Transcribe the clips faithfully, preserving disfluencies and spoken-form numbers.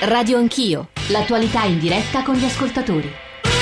Radio Anch'io, l'attualità in diretta con gli ascoltatori.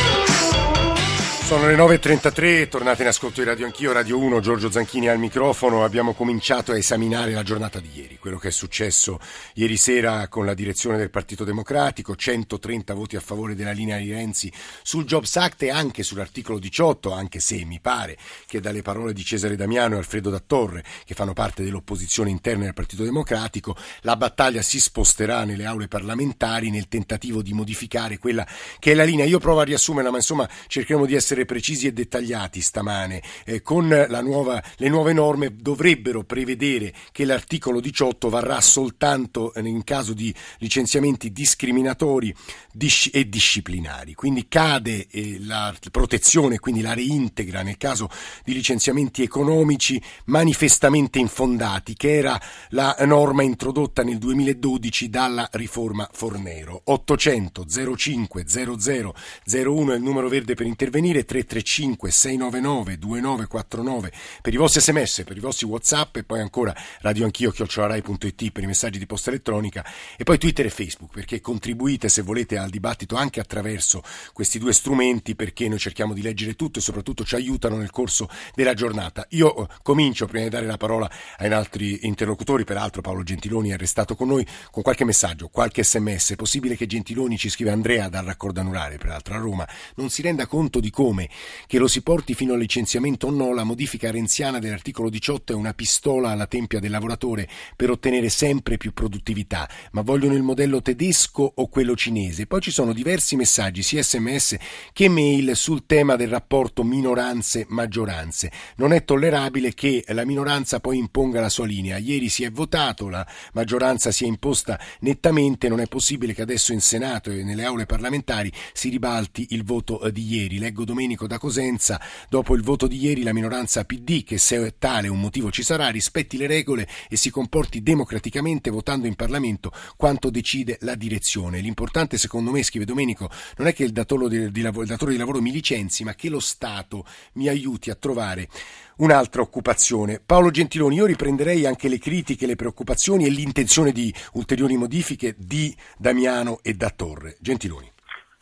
Sono le nove e trentatré, tornate in ascolto di Radio Anch'io, Radio uno, Giorgio Zanchini al microfono. Abbiamo cominciato a esaminare la giornata di ieri, quello che è successo ieri sera con la direzione del Partito Democratico, centotrenta voti a favore della linea di Renzi sul Jobs Act e anche sull'articolo diciotto, anche se mi pare che dalle parole di Cesare Damiano e Alfredo Datorre, che fanno parte dell'opposizione interna del Partito Democratico, la battaglia si sposterà nelle aule parlamentari nel tentativo di modificare quella che è la linea. Io provo a riassumerla, ma insomma cercheremo di essere precisi e dettagliati stamane. Eh, con la nuova, le nuove norme dovrebbero prevedere che l'articolo diciotto varrà soltanto in caso di licenziamenti discriminatori dis- e disciplinari, quindi cade eh, la protezione, quindi la reintegra nel caso di licenziamenti economici manifestamente infondati, che era la norma introdotta nel duemiladodici dalla riforma Fornero. Ottocento zero cinque zero zero zero uno è il numero verde per intervenire, tre tre cinque sei nove nove due nove quattro nove per i vostri sms, per i vostri WhatsApp, e poi ancora radioanchio chiocciola rai punto it per i messaggi di posta elettronica, e poi Twitter e Facebook, perché contribuite se volete al dibattito anche attraverso questi due strumenti, perché noi cerchiamo di leggere tutto e soprattutto ci aiutano nel corso della giornata. Io comincio, prima di dare la parola ai altri interlocutori, peraltro Paolo Gentiloni è restato con noi, con qualche messaggio, qualche sms. È possibile che Gentiloni, ci scrive Andrea dal raccordo anulare, peraltro a Roma, non si renda conto di come che lo si porti fino al licenziamento o no, la modifica renziana dell'articolo diciotto è una pistola alla tempia del lavoratore per ottenere sempre più produttività, ma vogliono il modello tedesco o quello cinese. Poi ci sono diversi messaggi, sia sms che mail, sul tema del rapporto minoranze-maggioranze. Non è tollerabile che la minoranza poi imponga la sua linea. Ieri si è votato, la maggioranza si è imposta nettamente, non è possibile che adesso in Senato e nelle aule parlamentari si ribalti il voto di ieri. Leggo Domenico da Cosenza: dopo il voto di ieri la minoranza P D, che se è tale un motivo ci sarà, rispetti le regole e si comporti democraticamente votando in Parlamento quanto decide la direzione. L'importante, secondo me, scrive Domenico, non è che il datore di, di, il datore di lavoro mi licenzi, ma che lo Stato mi aiuti a trovare un'altra occupazione. Paolo Gentiloni, io riprenderei anche le critiche, le preoccupazioni e l'intenzione di ulteriori modifiche di Damiano e Datorre. Gentiloni.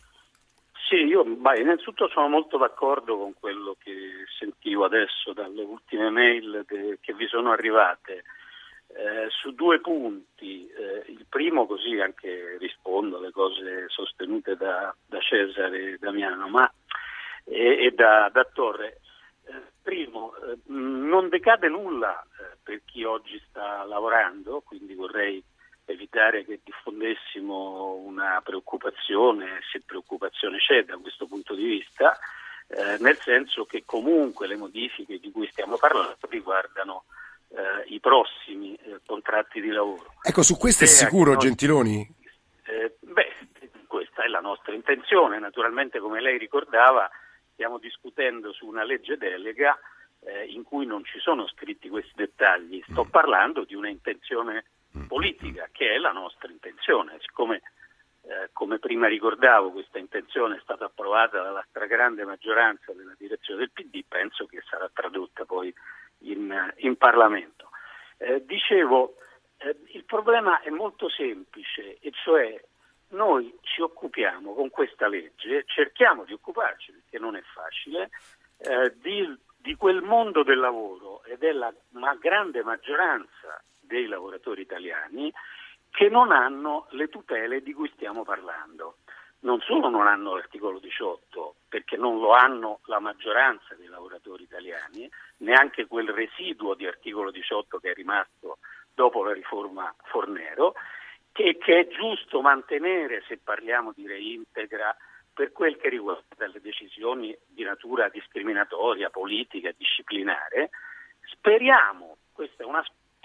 Sì, io beh, innanzitutto sono molto d'accordo con quello che sentivo adesso dalle ultime mail de, che vi sono arrivate eh, su due punti. Eh, il primo, così anche rispondo alle cose sostenute da, da Cesare Damiano ma, e, e da, da Torre. Eh, primo, eh, non decade nulla eh, per chi oggi sta lavorando, quindi vorrei evitare che diffondessimo una preoccupazione, se preoccupazione c'è da questo punto di vista, eh, nel senso che comunque le modifiche di cui stiamo parlando riguardano eh, i prossimi eh, contratti di lavoro. Ecco, su questo è sicuro, noi, Gentiloni? Eh, beh, questa è la nostra intenzione. Naturalmente, come lei ricordava, stiamo discutendo su una legge delega eh, in cui non ci sono scritti questi dettagli. Sto mm. parlando di una intenzione politica, che è la nostra intenzione. Siccome eh, come prima ricordavo questa intenzione è stata approvata dalla stragrande maggioranza della direzione del P D, penso che sarà tradotta poi in, in Parlamento. Eh, dicevo, eh, il problema è molto semplice, e cioè noi ci occupiamo con questa legge, cerchiamo di occuparci, perché non è facile, eh, di, di quel mondo del lavoro ed è la ma grande maggioranza dei lavoratori italiani che non hanno le tutele di cui stiamo parlando. Non solo non hanno l'articolo diciotto, perché non lo hanno la maggioranza dei lavoratori italiani, neanche quel residuo di articolo diciotto che è rimasto dopo la riforma Fornero, che, che è giusto mantenere se parliamo di reintegra per quel che riguarda le decisioni di natura discriminatoria, politica, disciplinare. Speriamo, questa è una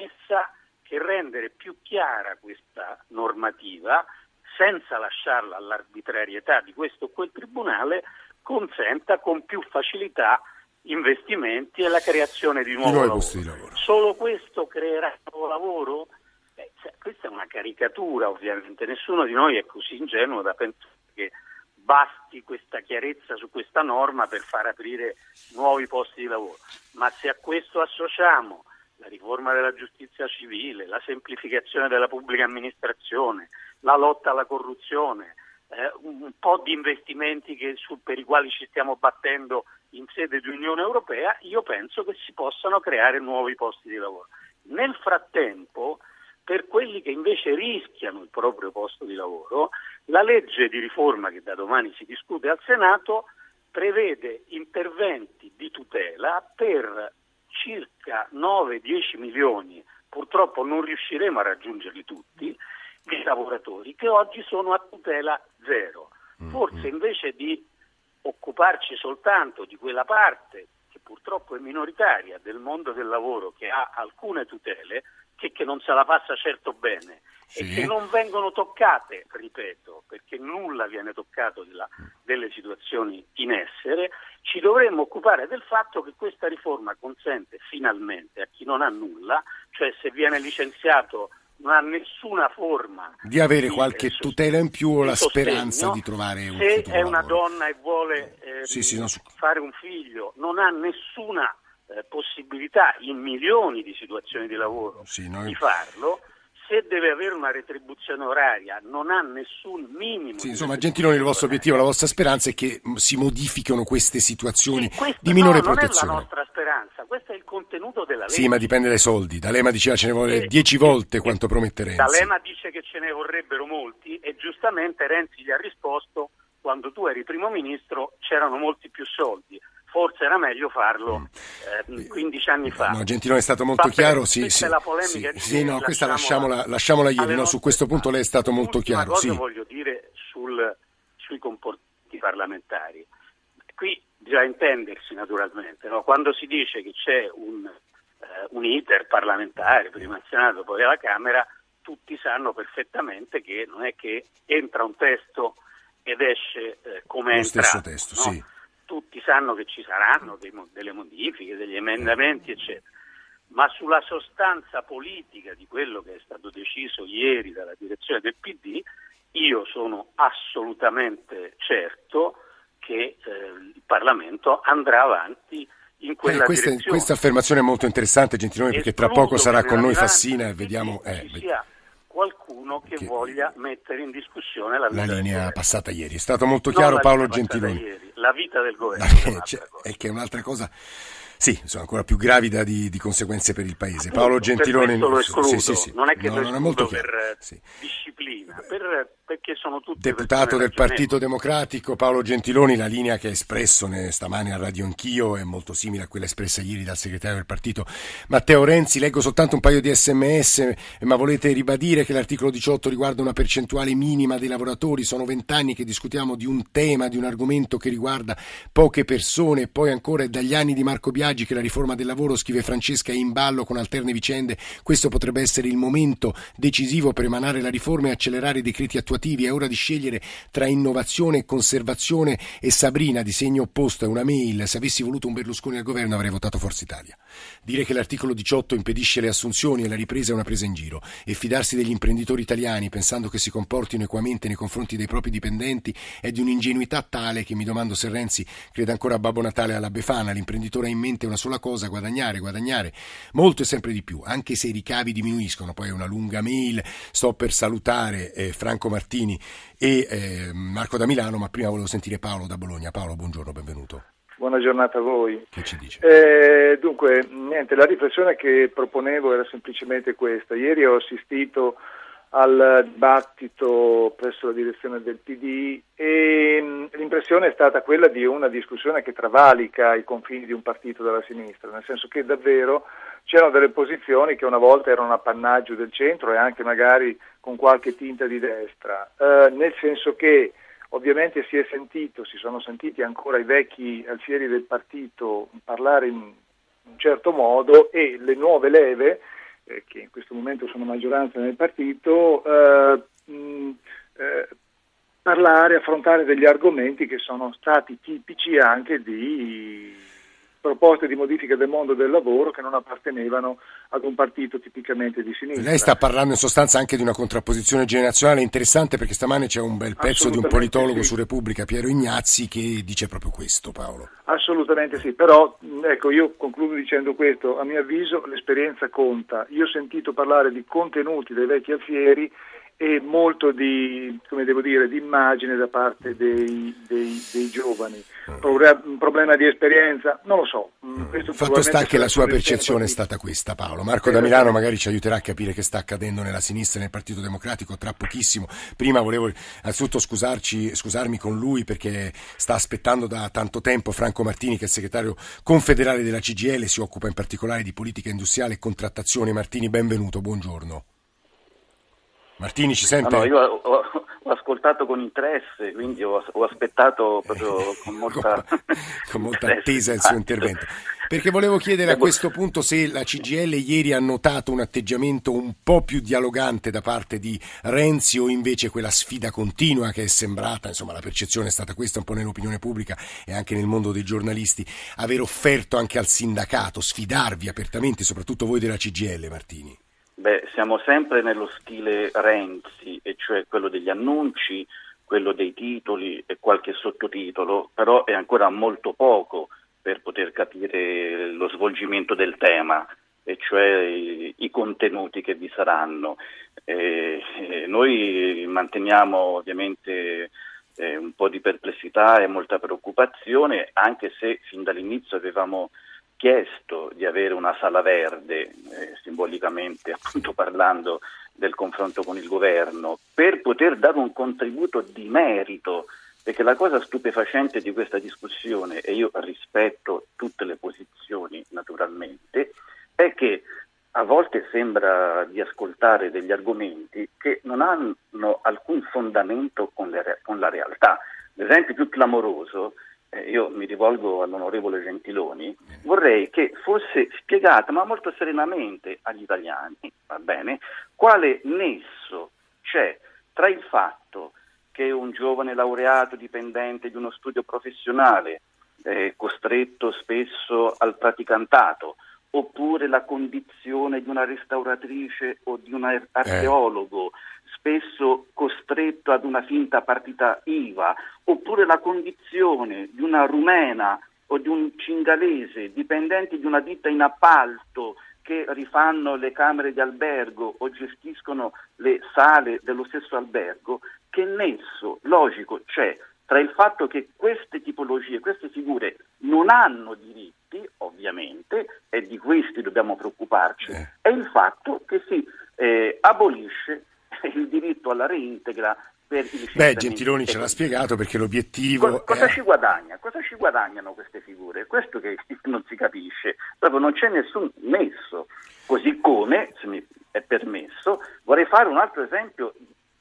che rendere più chiara questa normativa, senza lasciarla all'arbitrarietà di questo o quel tribunale, consenta con più facilità investimenti e la creazione di nuovo di lavoro. Posti di lavoro. Solo questo creerà nuovo lavoro? Beh, questa è una caricatura, ovviamente. Nessuno di noi è così ingenuo da pensare che basti questa chiarezza su questa norma per far aprire nuovi posti di lavoro. Ma se a questo associamo la riforma della giustizia civile, la semplificazione della pubblica amministrazione, la lotta alla corruzione, eh, un po' di investimenti che, su, per i quali ci stiamo battendo in sede di Unione Europea, io penso che si possano creare nuovi posti di lavoro. Nel frattempo, per quelli che invece rischiano il proprio posto di lavoro, la legge di riforma che da domani si discute al Senato prevede interventi di tutela per circa nove dieci milioni, purtroppo non riusciremo a raggiungerli tutti, di lavoratori che oggi sono a tutela zero. Forse invece di occuparci soltanto di quella parte, che purtroppo è minoritaria, del mondo del lavoro che ha alcune tutele, che, che non se la passa certo bene, sì, e che non vengono toccate, ripeto, perché nulla viene toccato della, delle situazioni in essere, ci dovremmo occupare del fatto che questa riforma consente finalmente a chi non ha nulla, cioè se viene licenziato non ha nessuna forma di avere di, qualche eh, tutela in più o la sostegno, speranza di trovare un se futuro è una lavoro. donna e vuole eh, sì, sì, no, su... fare un figlio, non ha nessuna eh, possibilità in milioni di situazioni di lavoro sì, noi... di farlo. Se deve avere una retribuzione oraria, non ha nessun minimo. Sì, insomma, Gentiloni, il vostro obiettivo, la vostra speranza è che si modifichino queste situazioni sì, questa, di minore no, protezione. Non è la nostra speranza, questo è il contenuto della legge. Sì, ma dipende dai soldi. D'Alema diceva ce ne vuole dieci volte quanto promette Renzi. D'Alema dice che ce ne vorrebbero molti e giustamente Renzi gli ha risposto: quando tu eri primo ministro c'erano molti più soldi. Forse era meglio farlo eh, quindici anni fa. No, Gentiloni è stato molto Vabbè, chiaro. Sì, questa sì, è la polemica. Sì, sì, no, questa lasciamola, lasciamola, lasciamola ieri. No, su questo punto lei è stato molto chiaro. Cosa sì. voglio dire sul, sui comportamenti parlamentari. Qui bisogna intendersi naturalmente. No? Quando si dice che c'è un, eh, un iter parlamentare, prima al Senato, poi alla Camera, tutti sanno perfettamente che non è che entra un testo ed esce eh, come è lo stesso entrato, testo, no? sì. Tutti sanno che ci saranno dei, delle modifiche, degli emendamenti, eccetera. Ma sulla sostanza politica di quello che è stato deciso ieri dalla direzione del P D, io sono assolutamente certo che eh, il Parlamento andrà avanti in quella eh, questa, direzione. Questa affermazione è molto interessante, Gentiloni, perché tra poco sarà con noi Fassina e vediamo... Eh, ci sia qualcuno che, che voglia mettere in discussione la, vita la linea del passata ieri. È stato molto non chiaro Paolo passata Gentiloni. Ieri, la vita del governo la, cioè, è che è un'altra cosa, sì, sono ancora più gravida di, di conseguenze per il Paese. Appunto, Paolo Gentiloni lo escludo, sì, sì, sì. non è che no, lo non è molto per chiaro. Sì. disciplina, per, perché sono tutti deputato del Partito Democratico Paolo Gentiloni. La linea che ha espresso stamane a Radio Anch'io è molto simile a quella espressa ieri dal segretario del partito Matteo Renzi. Leggo soltanto un paio di sms: ma volete ribadire che l'articolo diciotto riguarda una percentuale minima dei lavoratori? Sono vent'anni che discutiamo di un tema, di un argomento che riguarda poche persone. E poi ancora è dagli anni di Marco Biagi che la riforma del lavoro, scrive Francesca, è in ballo con alterne vicende. Questo potrebbe essere il momento decisivo per emanare la riforma e accelerare i decreti attuativi. È ora di scegliere tra innovazione e conservazione. E Sabrina, di segno opposto, è una mail: se avessi voluto un Berlusconi al governo avrei votato Forza Italia. Dire che l'articolo diciotto impedisce le assunzioni e la ripresa è una presa in giro, e fidarsi degli imprenditori italiani pensando che si comportino equamente nei confronti dei propri dipendenti è di un'ingenuità tale che mi domando se Renzi crede ancora a Babbo Natale alla Befana. L'imprenditore ha in mente una sola cosa: guadagnare, guadagnare molto e sempre di più, anche se i ricavi diminuiscono. Poi è una lunga mail. Sto per salutare eh, Franco Martini e eh, Marco da Milano, ma prima volevo sentire Paolo da Bologna. Paolo, buongiorno, benvenuto. Buona giornata a voi. Che ci dice? Eh, dunque, niente, la riflessione che proponevo era semplicemente questa. Ieri ho assistito al dibattito presso la direzione del P D e mh, l'impressione è stata quella di una discussione che travalica i confini di un partito della sinistra, nel senso che davvero c'erano delle posizioni che una volta erano appannaggio del centro e anche magari con qualche tinta di destra, eh, nel senso che ovviamente si è sentito, si sono sentiti ancora i vecchi alfieri del partito parlare in un certo modo, e le nuove leve, eh, che in questo momento sono maggioranza nel partito, eh, mh, eh, parlare, affrontare degli argomenti che sono stati tipici anche di proposte di modifica del mondo del lavoro che non appartenevano ad un partito tipicamente di sinistra. Lei sta parlando in sostanza anche di una contrapposizione generazionale interessante, perché stamane c'è un bel pezzo di un politologo sì. su Repubblica, Piero Ignazzi, che dice proprio questo, Paolo. Assolutamente sì, però ecco, io concludo dicendo questo: a mio avviso l'esperienza conta. Io ho sentito parlare di contenuti dei vecchi alfieri e molto di, come devo dire, di immagine da parte dei, dei, dei giovani. Un problema di esperienza? Non lo so. Questo Fatto sta che la sua percezione è stata questa, Paolo. Marco da Milano magari ci aiuterà a capire che sta accadendo nella sinistra e nel Partito Democratico tra pochissimo. Prima volevo innanzitutto scusarci, scusarmi con lui perché sta aspettando da tanto tempo Franco Martini, che è il segretario confederale della C G I L, si occupa in particolare di politica industriale e contrattazione. Martini, benvenuto, buongiorno. Martini, ci sente? No, no, io ho, ho, ho ascoltato con interesse, quindi ho, ho aspettato proprio con molta, con molta attesa il suo intervento. Perché volevo chiedere a questo punto se la C G I L ieri ha notato un atteggiamento un po' più dialogante da parte di Renzi o invece quella sfida continua che è sembrata, insomma la percezione è stata questa un po' nell'opinione pubblica e anche nel mondo dei giornalisti, aver offerto anche al sindacato, sfidarvi apertamente, soprattutto voi della C G I L, Martini. Beh, siamo sempre nello stile Renzi, e cioè quello degli annunci, quello dei titoli e qualche sottotitolo, però è ancora molto poco per poter capire lo svolgimento del tema, e cioè i, i contenuti che vi saranno. E, e noi manteniamo ovviamente eh, un po' di perplessità e molta preoccupazione, anche se fin dall'inizio avevamo chiesto di avere una sala verde, eh, simbolicamente appunto parlando del confronto con il governo, per poter dare un contributo di merito, perché la cosa stupefacente di questa discussione, e io rispetto tutte le posizioni naturalmente, è che a volte sembra di ascoltare degli argomenti che non hanno alcun fondamento con, le, con la realtà. L'esempio più clamoroso, io mi rivolgo all'onorevole Gentiloni, vorrei che fosse spiegata, ma molto serenamente agli italiani, va bene, quale nesso c'è tra il fatto che un giovane laureato dipendente di uno studio professionale, eh, costretto spesso al praticantato, oppure la condizione di una restauratrice o di un archeologo, spesso costretto ad una finta partita I V A, oppure la condizione di una rumena o di un cingalese dipendenti di una ditta in appalto che rifanno le camere di albergo o gestiscono le sale dello stesso albergo, che nesso logico c'è tra il fatto che queste tipologie, queste figure non hanno diritti, ovviamente, e di questi dobbiamo preoccuparci, eh. e il fatto che si eh, abolisce il diritto alla reintegra per i Beh, Gentiloni ce l'ha spiegato perché l'obiettivo Co- cosa è... ci guadagna? Cosa ci guadagnano queste figure? Questo che non si capisce, proprio non c'è nessun nesso. Così come, se mi è permesso, vorrei fare un altro esempio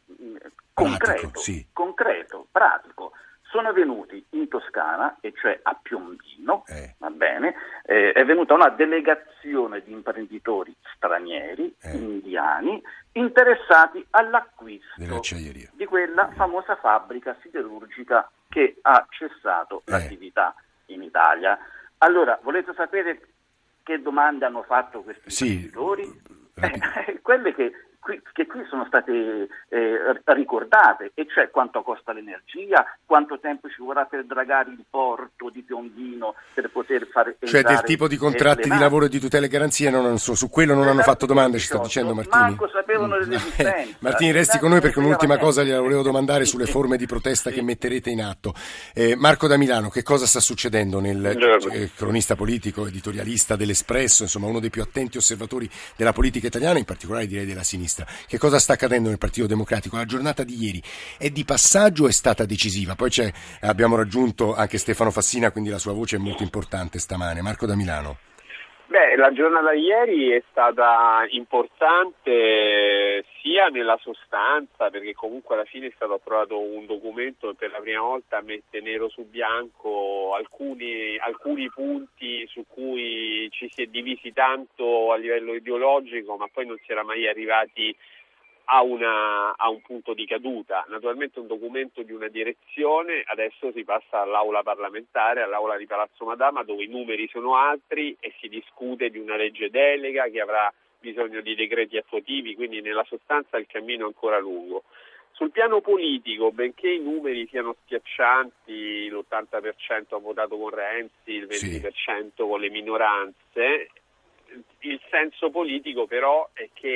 concreto, pratico, sì. concreto, pratico. Sono venuti in Toscana, e cioè a Piombino, eh. va bene, eh, è venuta una delegazione di imprenditori stranieri, eh. indiani, interessati all'acquisto di quella famosa fabbrica siderurgica che ha cessato eh. l'attività in Italia. Allora, volete sapere che domande hanno fatto questi sì. imprenditori? Eh, quelle che Qui, che qui sono state eh, ricordate, e cioè quanto costa l'energia, quanto tempo ci vorrà per dragare il porto di Piombino per poter fare cioè del tipo di contratti di lavoro e di tutele e garanzie non so, su quello non hanno fatto domande, ci sta dicendo Martini. Manco sapevano dell'esistenza. Martini, resti con noi perché un'ultima cosa gliela volevo domandare sulle forme di protesta sì. che metterete in atto. eh, Marco da Milano, che cosa sta succedendo nel eh, cronista politico, editorialista dell'Espresso, insomma uno dei più attenti osservatori della politica italiana, in particolare direi della sinistra? Che cosa sta accadendo nel Partito Democratico? La giornata di ieri è di passaggio o è stata decisiva? Poi c'è, abbiamo raggiunto anche Stefano Fassina, quindi la sua voce è molto importante stamane. Marco da Milano. Beh, la giornata di ieri è stata importante sia nella sostanza, perché comunque alla fine è stato approvato un documento che per la prima volta mette nero su bianco alcuni, alcuni punti su cui ci si è divisi tanto a livello ideologico, ma poi non si era mai arrivati a, una, a un punto di caduta. Naturalmente un documento di una direzione, adesso si passa all'aula parlamentare, all'aula di Palazzo Madama, dove i numeri sono altri e si discute di una legge delega che avrà bisogno di decreti attuativi, quindi nella sostanza il cammino è ancora lungo. Sul piano politico, benché i numeri siano schiaccianti, l'ottanta per cento ha votato con Renzi, il venti per cento sì. con le minoranze, il senso politico però è che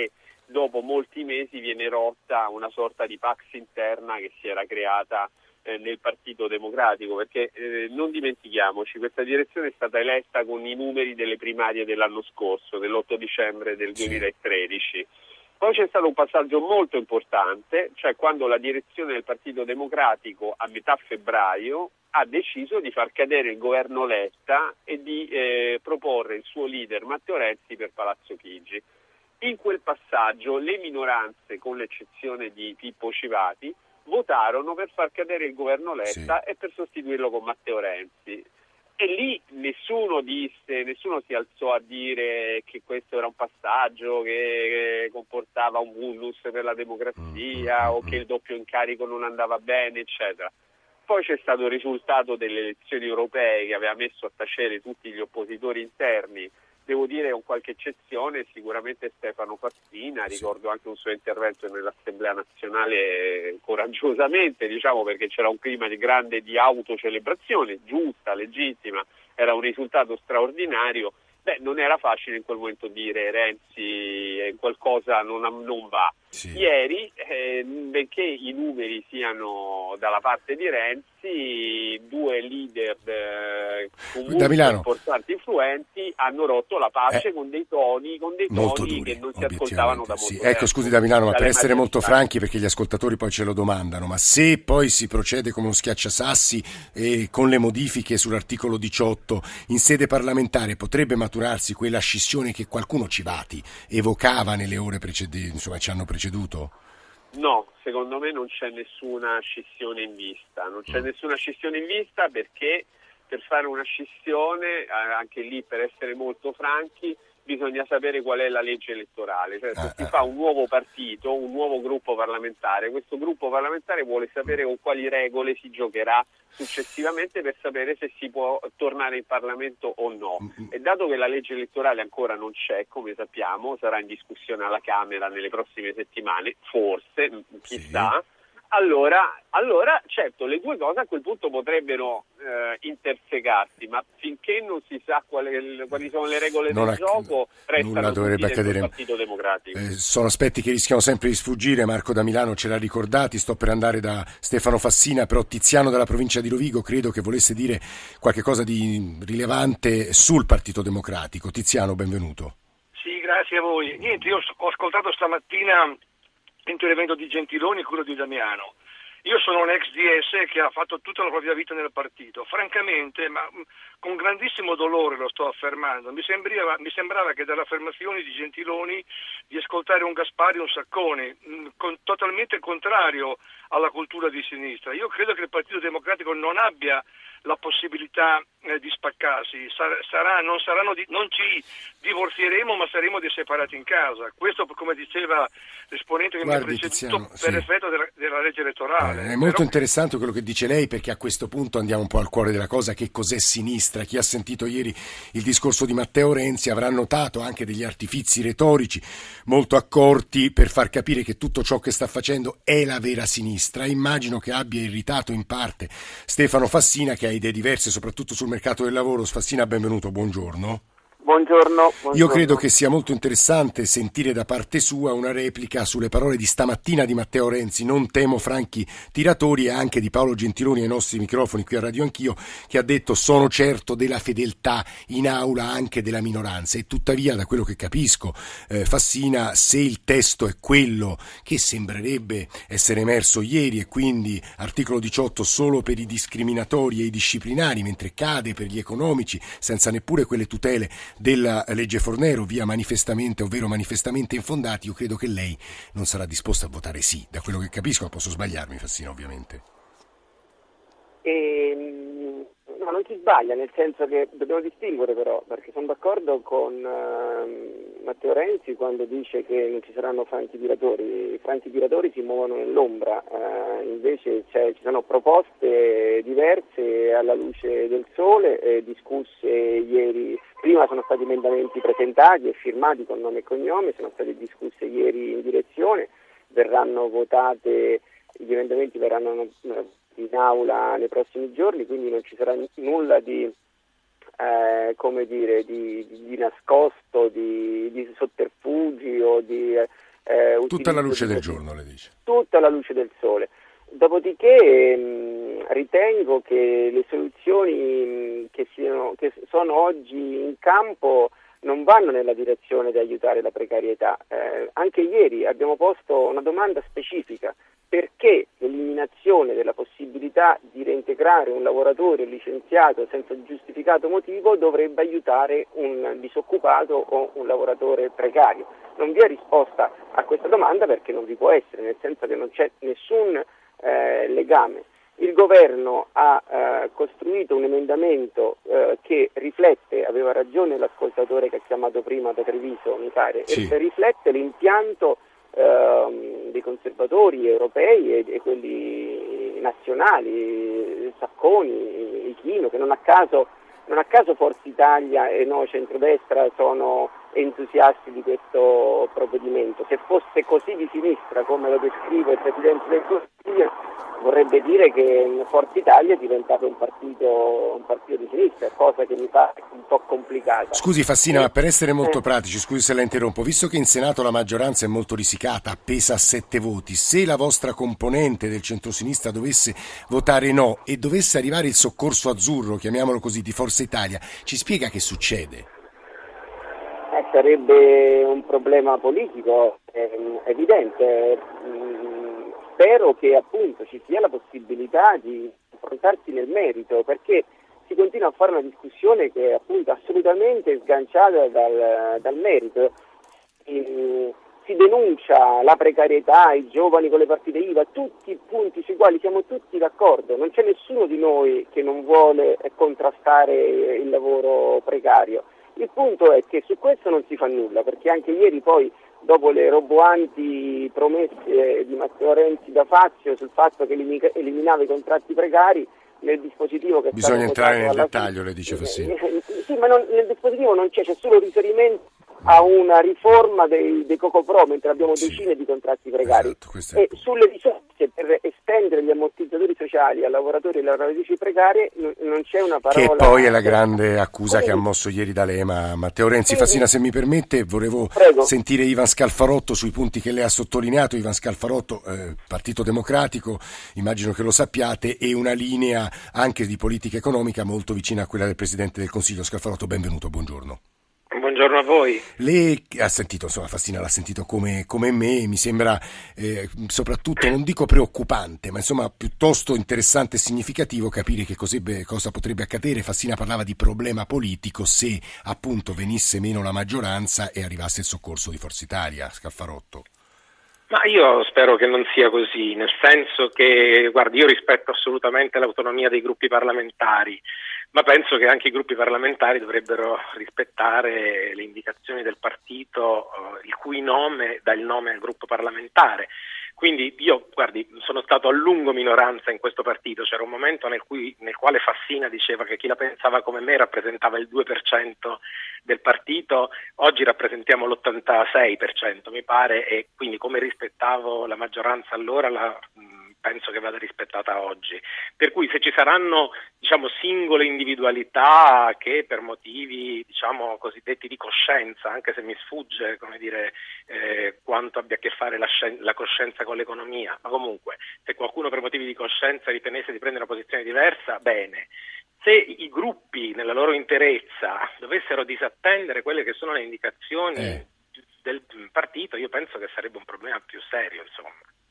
dopo molti mesi viene rotta una sorta di pax interna che si era creata eh, nel Partito Democratico, perché eh, non dimentichiamoci, questa direzione è stata eletta con i numeri delle primarie dell'anno scorso, dell'otto dicembre del duemilatredici. Poi c'è stato un passaggio molto importante, cioè quando la direzione del Partito Democratico a metà febbraio ha deciso di far cadere il governo Letta e di eh, proporre il suo leader Matteo Renzi per Palazzo Chigi. In quel passaggio le minoranze, con l'eccezione di Pippo Civati, votarono per far cadere il governo Letta sì. e per sostituirlo con Matteo Renzi. E lì nessuno disse, nessuno si alzò a dire che questo era un passaggio che comportava un vulnus per la democrazia o che il doppio incarico non andava bene, eccetera. Poi c'è stato il risultato delle elezioni europee che aveva messo a tacere tutti gli oppositori interni. Devo dire con qualche eccezione, sicuramente Stefano Fassina, ricordo anche un suo intervento nell'Assemblea Nazionale coraggiosamente, diciamo, perché c'era un clima di grande di autocelebrazione, giusta, legittima, era un risultato straordinario. Beh, non era facile in quel momento dire Renzi eh, qualcosa non, non va. Sì. Ieri, eh, benché i numeri siano dalla parte di Renzi, due leader eh, comunque importanti, influenti, hanno rotto la pace eh, con dei toni, con dei toni duri, che non si ascoltavano da molto sì. tempo. Ecco, scusi da Milano, ma per essere molto franchi, perché gli ascoltatori poi ce lo domandano, ma se poi si procede come uno schiacciasassi eh, con le modifiche sull'articolo diciotto in sede parlamentare, potrebbe maturarsi quella scissione che qualcuno, Civati, evocava nelle ore precedenti, insomma, ci hanno preceduto? No, secondo me non c'è nessuna scissione in vista, non c'è mm. nessuna scissione in vista perché per fare una scissione, anche lì per essere molto franchi, bisogna sapere qual è la legge elettorale, cioè se ah, si ah, fa un nuovo partito, un nuovo gruppo parlamentare, questo gruppo parlamentare vuole sapere con quali regole si giocherà successivamente per sapere se si può tornare in Parlamento o no. E dato che la legge elettorale ancora non c'è, come sappiamo, sarà in discussione alla Camera nelle prossime settimane, forse, chissà, sì. Allora, allora, certo, le due cose a quel punto potrebbero eh, intersecarsi, ma finché non si sa quali, quali sono le regole non del acc- gioco, restano tutti del Partito Democratico. Eh, sono aspetti che rischiano sempre di sfuggire. Marco da Milano ce l'ha ricordati, sto per andare da Stefano Fassina, però Tiziano dalla provincia di Rovigo credo che volesse dire qualche cosa di rilevante sul Partito Democratico. Tiziano, benvenuto. Sì, grazie a voi. Niente, io ho ascoltato stamattina l'intervento di Gentiloni e quello di Damiano. Io sono un ex D S che ha fatto tutta la propria vita nel partito. Francamente, ma con grandissimo dolore lo sto affermando, mi sembrava, mi sembrava che dalle affermazioni di Gentiloni di ascoltare un Gaspari, un Saccone, con, totalmente contrario alla cultura di sinistra. Io credo che il Partito Democratico non abbia la possibilità eh, di spaccarsi, Sar- sarà, non, saranno di- non ci divorzieremo ma saremo dei separati in casa, questo come diceva l'esponente che Guardi, mi ha preceduto Tiziano, per sì. effetto della, della legge elettorale. Eh, è molto Però... interessante quello che dice lei, perché a questo punto andiamo un po' al cuore della cosa, che cos'è sinistra. Chi ha sentito ieri il discorso di Matteo Renzi avrà notato anche degli artifizi retorici molto accorti per far capire che tutto ciò che sta facendo è la vera sinistra. Immagino che abbia irritato in parte Stefano Fassina, che ha idee diverse soprattutto sul mercato del lavoro. Fassina, benvenuto, buongiorno. Buongiorno, buongiorno. Io credo che sia molto interessante sentire da parte sua una replica sulle parole di stamattina di Matteo Renzi, non temo franchi tiratori, e anche di Paolo Gentiloni ai nostri microfoni qui a Radio Anch'io, che ha detto sono certo della fedeltà in aula anche della minoranza. E tuttavia, da quello che capisco, eh, Fassina, se il testo è quello che sembrerebbe essere emerso ieri, e quindi articolo diciotto solo per i discriminatori e i disciplinari, mentre cade per gli economici senza neppure quelle tutele della legge Fornero, via manifestamente, ovvero manifestamente infondati, io credo che lei non sarà disposta a votare sì, da quello che capisco, ma posso sbagliarmi, Fassina, ovviamente. E, no, non si sbaglia, nel senso che dobbiamo distinguere però, perché sono d'accordo con uh, Matteo Renzi quando dice che non ci saranno franchi tiratori. I franchi tiratori si muovono nell'ombra, uh, invece cioè, ci sono proposte diverse alla luce del sole, eh, discusse ieri. Prima sono stati emendamenti presentati e firmati con nome e cognome, sono state discusse ieri in direzione, verranno votate, gli emendamenti verranno in aula nei prossimi giorni, quindi non ci sarà nulla di, eh, come dire, di, di, di nascosto, di, di sotterfugi o di, eh, tutta la luce del giorno, le dice. Tutta la luce del sole. Dopodiché mh, ritengo che le soluzioni mh, che, siano, che sono oggi in campo non vanno nella direzione di aiutare la precarietà. Eh, anche ieri abbiamo posto una domanda specifica: perché l'eliminazione della possibilità di reintegrare un lavoratore licenziato senza giustificato motivo dovrebbe aiutare un disoccupato o un lavoratore precario? Non vi è risposta a questa domanda perché non vi può essere, nel senso che non c'è nessun eh, legame. Il governo ha eh, costruito un emendamento eh, che riflette, aveva ragione l'ascoltatore che ha chiamato prima da Treviso, mi pare, sì. e riflette l'impianto eh, dei conservatori europei e, e quelli nazionali, Sacconi, Ichino, che non a caso, non a caso Forza Italia e no Centrodestra sono entusiasti di questo provvedimento. Se fosse così di sinistra come lo descrive il Presidente del Consiglio, vorrebbe dire che Forza Italia è diventato un partito, un partito di sinistra, cosa che mi pare un po' complicata. Scusi Fassina, eh, ma per essere molto eh. pratici, scusi se la interrompo, visto che in Senato la maggioranza è molto risicata, pesa a sette voti, se la vostra componente del centrosinistra dovesse votare no e dovesse arrivare il soccorso azzurro, chiamiamolo così, di Forza Italia, ci spiega che succede? Eh, sarebbe un problema politico eh, evidente. Mm, spero che appunto ci sia la possibilità di affrontarsi nel merito, perché si continua a fare una discussione che è appunto assolutamente sganciata dal, dal merito. E, si denuncia la precarietà, i giovani con le partite I V A, tutti i punti sui quali siamo tutti d'accordo. Non c'è nessuno di noi che non vuole contrastare il lavoro precario. Il punto è che su questo non si fa nulla, perché anche ieri poi, dopo le roboanti promesse di Matteo Renzi da Fazio sul fatto che eliminava i contratti precari, nel dispositivo che bisogna entrare nel dettaglio, fine, le dice Fassina. Sì, ma non, nel dispositivo non c'è, c'è solo riferimento a una riforma dei, dei Cocopro, mentre abbiamo sì. decine di contratti precari. Esatto, e sulle risorse per estendere gli ammortizzatori sociali a lavoratori e lavoratrici precarie non, non c'è una parola. Che poi è la grande accusa che ha mosso ieri D'Alema a Matteo Renzi. Quindi, Fassina, se mi permette, volevo prego. sentire Ivan Scalfarotto sui punti che lei ha sottolineato. Ivan Scalfarotto, eh, Partito Democratico, immagino che lo sappiate, e una linea anche di politica economica molto vicina a quella del Presidente del Consiglio. Scalfarotto, benvenuto, buongiorno. Buongiorno a voi. Lei ha sentito, insomma, Fassina l'ha sentito come, come me, mi sembra eh, soprattutto, non dico preoccupante, ma insomma piuttosto interessante e significativo capire che cos'ebbe, cosa potrebbe accadere. Fassina parlava di problema politico se appunto venisse meno la maggioranza e arrivasse il soccorso di Forza Italia. Scalfarotto. Ma io spero che non sia così, nel senso che, guardi, io rispetto assolutamente l'autonomia dei gruppi parlamentari, ma penso che anche i gruppi parlamentari dovrebbero rispettare le indicazioni del partito, eh, il cui nome dà il nome al gruppo parlamentare. Quindi io, guardi, sono stato a lungo minoranza in questo partito, c'era un momento nel, cui, nel quale Fassina diceva che chi la pensava come me rappresentava il due per cento del partito, oggi rappresentiamo l'ottantasei per cento mi pare, e quindi come rispettavo la maggioranza allora la penso che vada rispettata oggi. Per cui se ci saranno, diciamo, singole individualità che per motivi, diciamo, cosiddetti di coscienza, anche se mi sfugge, come dire, eh, quanto abbia a che fare la, scien- la coscienza con l'economia, ma comunque se qualcuno per motivi di coscienza ritenesse di prendere una posizione diversa, bene. Se i gruppi nella loro interezza dovessero disattendere quelle che sono le indicazioni eh. del partito, io penso che sarebbe un problema più serio, insomma.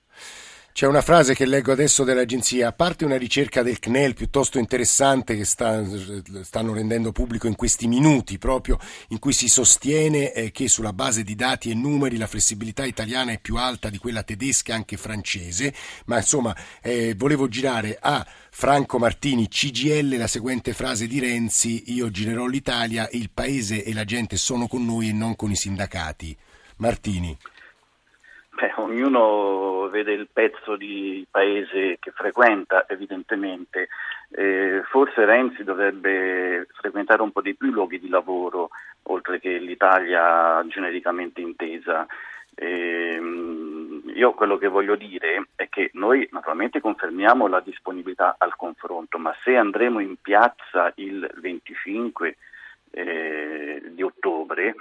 C'è una frase che leggo adesso dell'agenzia: a parte una ricerca del C N E L piuttosto interessante che sta, stanno rendendo pubblico in questi minuti, proprio in cui si sostiene eh, che sulla base di dati e numeri la flessibilità italiana è più alta di quella tedesca e anche francese, ma insomma eh, volevo girare a Franco Martini, C G I L, la seguente frase di Renzi: io girerò l'Italia, il paese e la gente sono con noi e non con i sindacati. Martini. Beh, ognuno vede il pezzo di paese che frequenta, evidentemente. Eh, forse Renzi dovrebbe frequentare un po' di più luoghi di lavoro, oltre che l'Italia genericamente intesa. Eh, io quello che voglio dire è che noi naturalmente confermiamo la disponibilità al confronto, ma se andremo in piazza il venticinque eh, di ottobre,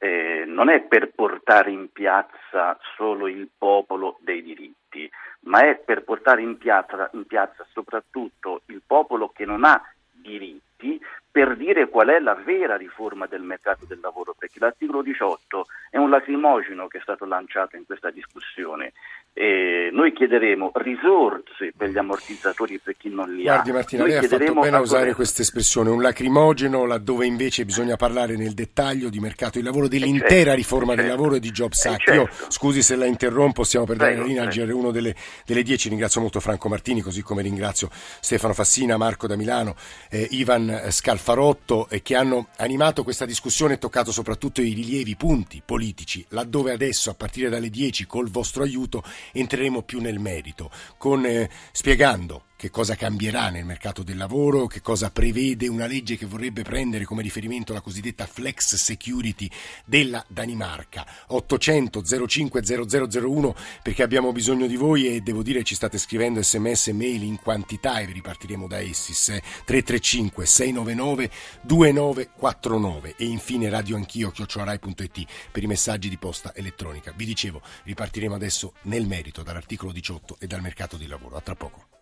eh, non è per portare in piazza solo il popolo dei diritti, ma è per portare in piazza, in piazza soprattutto il popolo che non ha diritti, per dire qual è la vera riforma del mercato del lavoro, perché l'articolo diciotto è un lacrimogeno che è stato lanciato in questa discussione. E noi chiederemo risorse per gli ammortizzatori per chi non li Guardi, ha. Martina, noi lei ha fatto bene a usare correre... questa espressione, un lacrimogeno, laddove invece bisogna parlare nel dettaglio di mercato del lavoro, dell'intera eh certo, riforma eh del certo, lavoro e di Jobs Act. eh Io, certo. scusi se la interrompo, stiamo per dare la linea al G R uno delle, delle dieci. Ringrazio molto Franco Martini, così come ringrazio Stefano Fassina, Marco da Milano, eh, Ivan Scalfarotto, eh, che hanno animato questa discussione e toccato soprattutto i rilievi, punti politici, laddove adesso a partire dalle dieci col vostro aiuto entreremo più nel merito, con eh, spiegando che cosa cambierà nel mercato del lavoro, che cosa prevede una legge che vorrebbe prendere come riferimento la cosiddetta flex security della Danimarca. Ottocento zero cinque zero zero zero uno, perché abbiamo bisogno di voi e devo dire ci state scrivendo sms e mail in quantità e vi ripartiremo da essi. tre tre cinque sei nove nove due nove quattro nove e infine radioanchio chiocciola rai punto it per i messaggi di posta elettronica. Vi dicevo, ripartiremo adesso nel merito dall'articolo diciotto e dal mercato del lavoro. A tra poco.